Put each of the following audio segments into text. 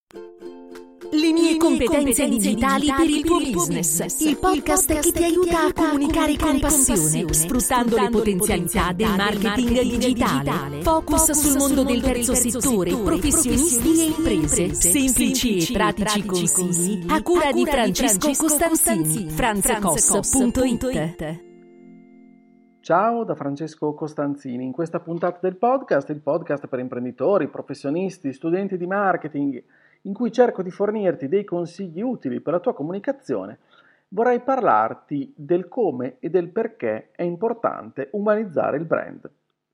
Le mie competenze digitali per il tuo business. Il podcast che ti aiuta a comunicare con passione, sfruttando le potenzialità del marketing digitale. Focus sul mondo del terzo settore, professionisti e imprese. Semplici e pratici consigli a cura di Francesco Costanzini. franzcos.it. Ciao da Francesco Costanzini. In questa puntata del podcast, il podcast per imprenditori, professionisti, studenti di marketing, in cui cerco di fornirti dei consigli utili per la tua comunicazione, vorrei parlarti del come e del perché è importante umanizzare il brand.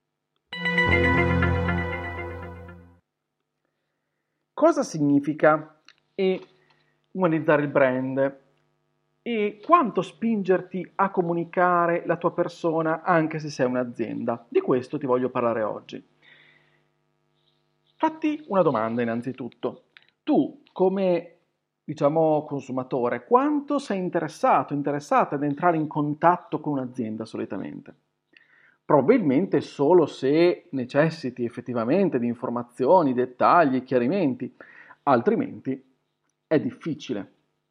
Cosa significa umanizzare il brand? E quanto spingerti a comunicare la tua persona anche se sei un'azienda? Di questo ti voglio parlare oggi. Fatti una domanda innanzitutto. Tu, come consumatore, quanto sei interessata ad entrare in contatto con un'azienda solitamente? Probabilmente solo se necessiti effettivamente di informazioni, dettagli e chiarimenti, altrimenti è difficile.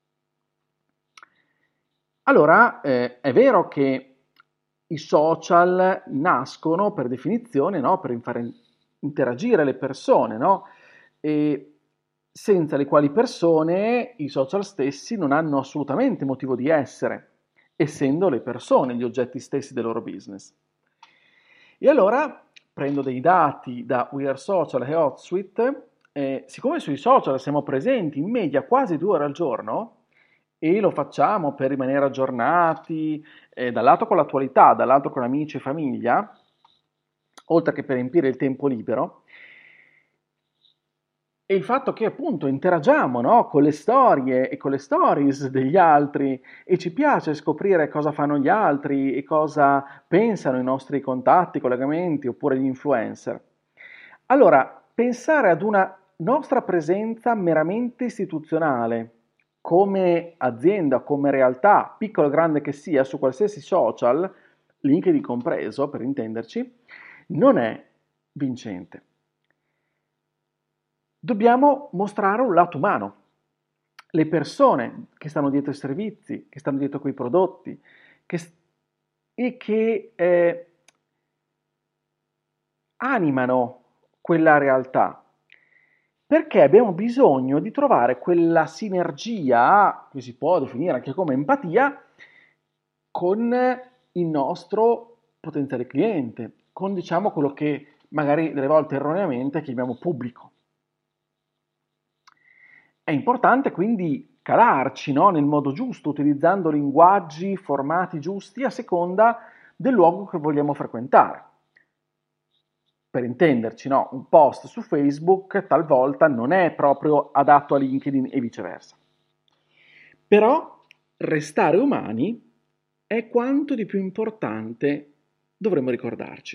Allora, è vero che i social nascono per definizione, no? Per far interagire le persone, no? E senza le quali persone i social stessi non hanno assolutamente motivo di essere, essendo le persone gli oggetti stessi del loro business. E allora prendo dei dati da We Are Social e HotSuite, siccome sui social siamo presenti in media quasi 2 ore al giorno, e lo facciamo per rimanere aggiornati, dal lato con l'attualità, dall'altro con amici e famiglia, oltre che per riempire il tempo libero, e il fatto che appunto interagiamo, no, con le storie e con le stories degli altri e ci piace scoprire cosa fanno gli altri e cosa pensano i nostri contatti, collegamenti oppure gli influencer. Allora, pensare ad una nostra presenza meramente istituzionale come azienda, come realtà, piccola o grande che sia, su qualsiasi social, LinkedIn compreso per intenderci, non è vincente. Dobbiamo mostrare un lato umano, le persone che stanno dietro i servizi, che stanno dietro quei prodotti e che animano quella realtà, perché abbiamo bisogno di trovare quella sinergia, che si può definire anche come empatia, con il nostro potenziale cliente, con quello che magari delle volte erroneamente chiamiamo pubblico. È importante quindi calarci, no, nel modo giusto, utilizzando linguaggi, formati giusti a seconda del luogo che vogliamo frequentare. Per intenderci, no, un post su Facebook talvolta non è proprio adatto a LinkedIn e viceversa. Però restare umani è quanto di più importante dovremmo ricordarci.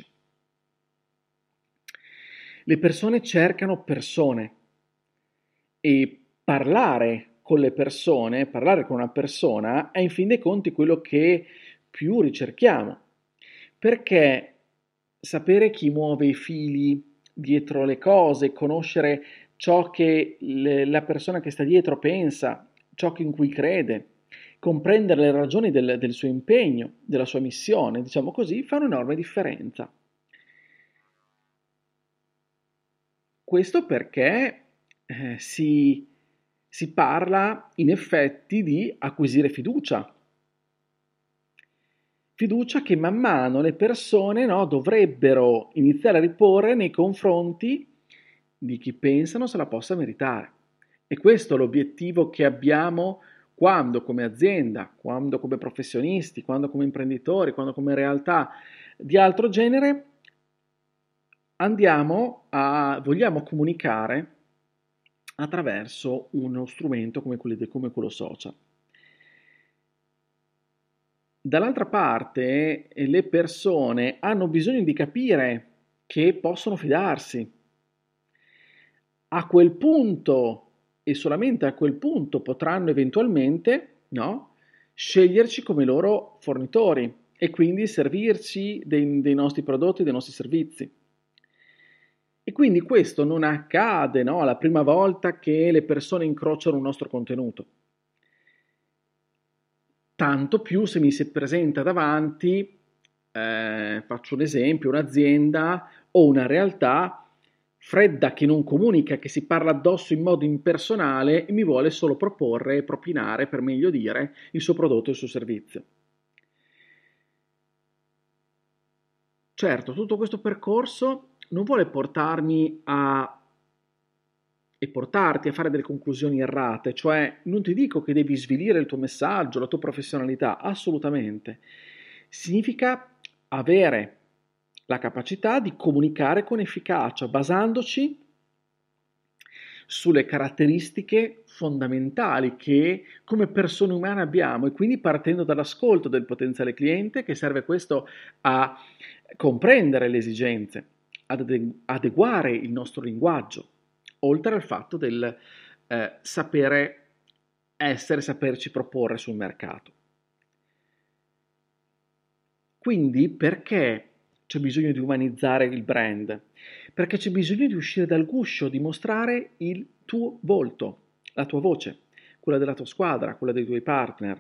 Le persone cercano persone e parlare con le persone, parlare con una persona è in fin dei conti quello che più ricerchiamo, perché sapere chi muove i fili dietro le cose, conoscere ciò che la persona che sta dietro pensa, ciò in cui crede, comprendere le ragioni del suo impegno, della sua missione, diciamo così, fa un'enorme differenza. Questo perché si parla in effetti di acquisire fiducia. Fiducia che man mano le persone, no, dovrebbero iniziare a riporre nei confronti di chi pensano se la possa meritare. E questo è l'obiettivo che abbiamo quando come azienda, quando come professionisti, quando come imprenditori, quando come realtà di altro genere vogliamo comunicare attraverso uno strumento come quello social. Dall'altra parte, le persone hanno bisogno di capire che possono fidarsi. A quel punto, e solamente a quel punto, potranno eventualmente, no, sceglierci come loro fornitori e quindi servirci dei nostri prodotti, dei nostri servizi. E quindi questo non accade, no, la prima volta che le persone incrociano un nostro contenuto. Tanto più se mi si presenta davanti, faccio un esempio, un'azienda o una realtà fredda che non comunica, che si parla addosso in modo impersonale e mi vuole solo proporre e propinare, per meglio dire, il suo prodotto e il suo servizio. Certo, tutto questo percorso non vuole portarmi e portarti a fare delle conclusioni errate, cioè non ti dico che devi svilire il tuo messaggio, la tua professionalità, assolutamente. Significa avere la capacità di comunicare con efficacia, basandoci sulle caratteristiche fondamentali che come persone umane abbiamo e quindi partendo dall'ascolto del potenziale cliente che serve questo a comprendere le esigenze, ad adeguare il nostro linguaggio, oltre al fatto del sapere essere, saperci proporre sul mercato. Quindi perché c'è bisogno di umanizzare il brand? Perché c'è bisogno di uscire dal guscio, di mostrare il tuo volto, la tua voce, quella della tua squadra, quella dei tuoi partner.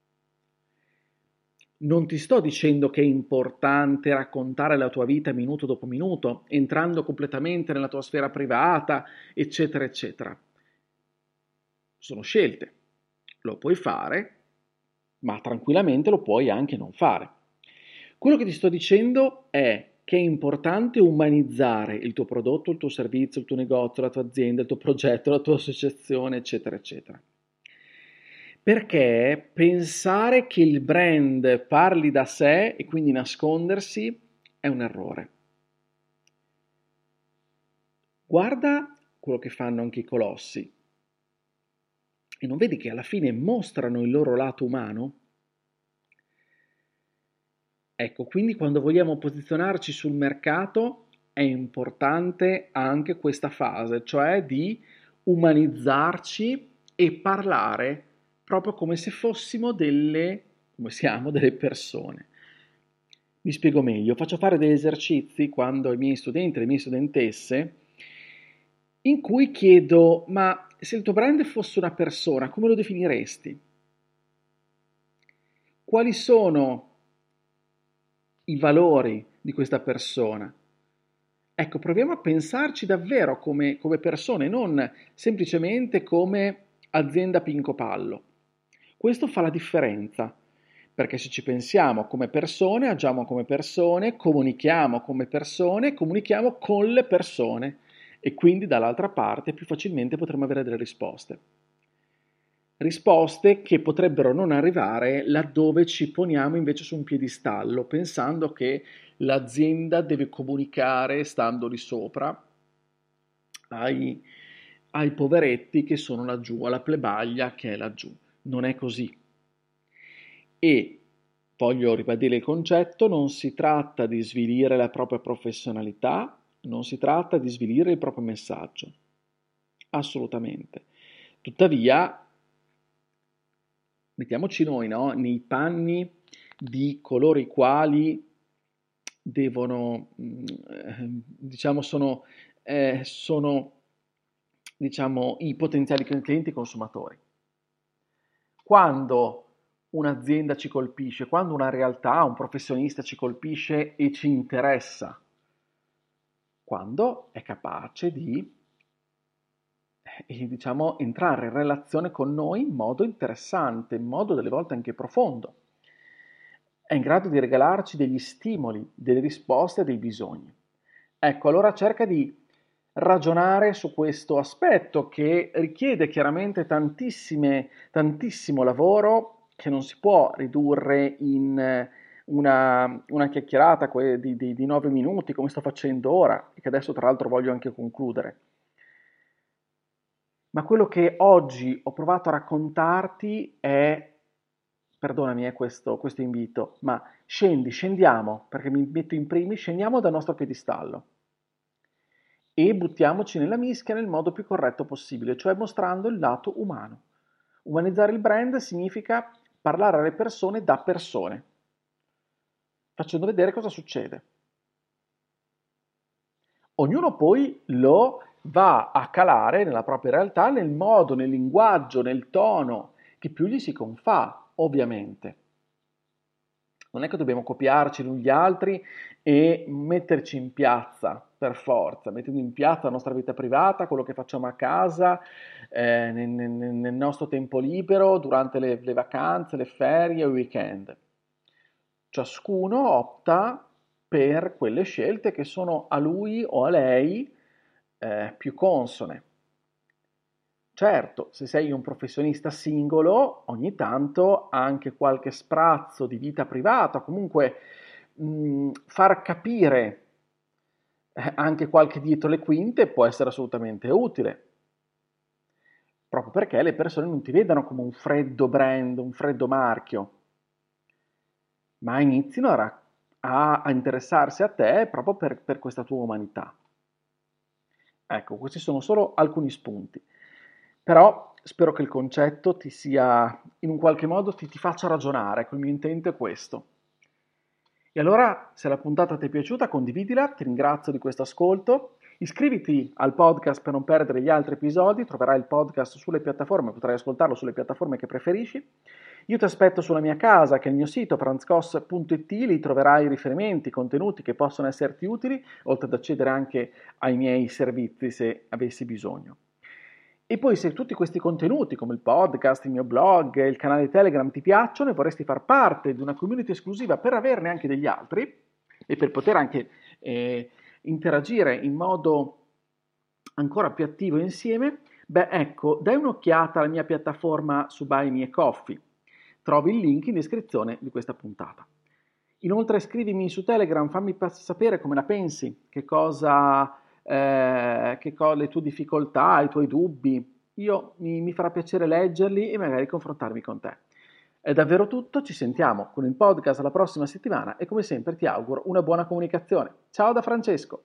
Non ti sto dicendo che è importante raccontare la tua vita minuto dopo minuto, entrando completamente nella tua sfera privata, eccetera, eccetera. Sono scelte. Lo puoi fare, ma tranquillamente lo puoi anche non fare. Quello che ti sto dicendo è che è importante umanizzare il tuo prodotto, il tuo servizio, il tuo negozio, la tua azienda, il tuo progetto, la tua associazione, eccetera, eccetera. Perché pensare che il brand parli da sé e quindi nascondersi è un errore. Guarda quello che fanno anche i colossi e non vedi che alla fine mostrano il loro lato umano? Ecco, quindi quando vogliamo posizionarci sul mercato è importante anche questa fase, cioè di umanizzarci e parlare proprio come se fossimo come siamo, delle persone. Mi spiego meglio, faccio fare degli esercizi quando ai miei studenti e alle mie studentesse in cui chiedo, ma se il tuo brand fosse una persona, come lo definiresti? Quali sono i valori di questa persona? Ecco, proviamo a pensarci davvero come persone, non semplicemente come azienda Pinco Pallo. Questo fa la differenza, perché se ci pensiamo come persone, agiamo come persone, comunichiamo con le persone e quindi dall'altra parte più facilmente potremo avere delle risposte. Risposte che potrebbero non arrivare laddove ci poniamo invece su un piedistallo, pensando che l'azienda deve comunicare stando lì sopra ai poveretti che sono laggiù, alla plebaglia che è laggiù. Non è così. E voglio ribadire il concetto, non si tratta di svilire la propria professionalità, non si tratta di svilire il proprio messaggio. Assolutamente. Tuttavia, mettiamoci noi, no? Nei panni di coloro i quali devono, diciamo, sono diciamo, i potenziali clienti consumatori. Quando un'azienda ci colpisce, quando una realtà, un professionista ci colpisce e ci interessa, quando è capace di diciamo, entrare in relazione con noi in modo interessante, in modo delle volte anche profondo. È in grado di regalarci degli stimoli, delle risposte a dei bisogni. Ecco, allora cerca di ragionare su questo aspetto che richiede chiaramente tantissimo lavoro che non si può ridurre in una chiacchierata di 9 minuti come sto facendo ora e che adesso tra l'altro voglio anche concludere. Ma quello che oggi ho provato a raccontarti è, perdonami questo invito, ma scendiamo, perché mi metto in primis, scendiamo dal nostro piedistallo e buttiamoci nella mischia nel modo più corretto possibile, cioè mostrando il lato umano. Umanizzare il brand significa parlare alle persone da persone, facendo vedere cosa succede. ognuno poi lo va a calare nella propria realtà, nel modo, nel linguaggio, nel tono che più gli si confà, ovviamente. Non è che dobbiamo copiarci l'un gli altri e metterci in piazza per forza, mettendo in piazza la nostra vita privata, quello che facciamo a casa, nel nostro tempo libero, durante le vacanze, le ferie, i weekend. Ciascuno opta per quelle scelte che sono a lui o a lei più consone. Certo, se sei un professionista singolo, ogni tanto anche qualche sprazzo di vita privata, comunque far capire anche qualche dietro le quinte può essere assolutamente utile, proprio perché le persone non ti vedano come un freddo brand, un freddo marchio, ma inizino a interessarsi a te proprio per questa tua umanità. Ecco, questi sono solo alcuni spunti. Però spero che il concetto ti sia, in un qualche modo, ti faccia ragionare, ecco, il mio intento è questo. E allora, se la puntata ti è piaciuta, condividila, ti ringrazio di questo ascolto, iscriviti al podcast per non perdere gli altri episodi, troverai il podcast sulle piattaforme, potrai ascoltarlo sulle piattaforme che preferisci. Io ti aspetto sulla mia casa, che è il mio sito franzcos.it, lì troverai riferimenti, contenuti che possono esserti utili, oltre ad accedere anche ai miei servizi se avessi bisogno. E poi se tutti questi contenuti, come il podcast, il mio blog, il canale Telegram, ti piacciono e vorresti far parte di una community esclusiva per averne anche degli altri e per poter anche interagire in modo ancora più attivo insieme, beh ecco, dai un'occhiata alla mia piattaforma su Buy Me a Coffee. Trovi il link in descrizione di questa puntata. Inoltre scrivimi su Telegram, fammi sapere come la pensi, le tue difficoltà, i tuoi dubbi. Mi farà piacere leggerli e magari confrontarmi con te. È davvero tutto, ci sentiamo con il podcast la prossima settimana e come sempre ti auguro una buona comunicazione. Ciao da Francesco!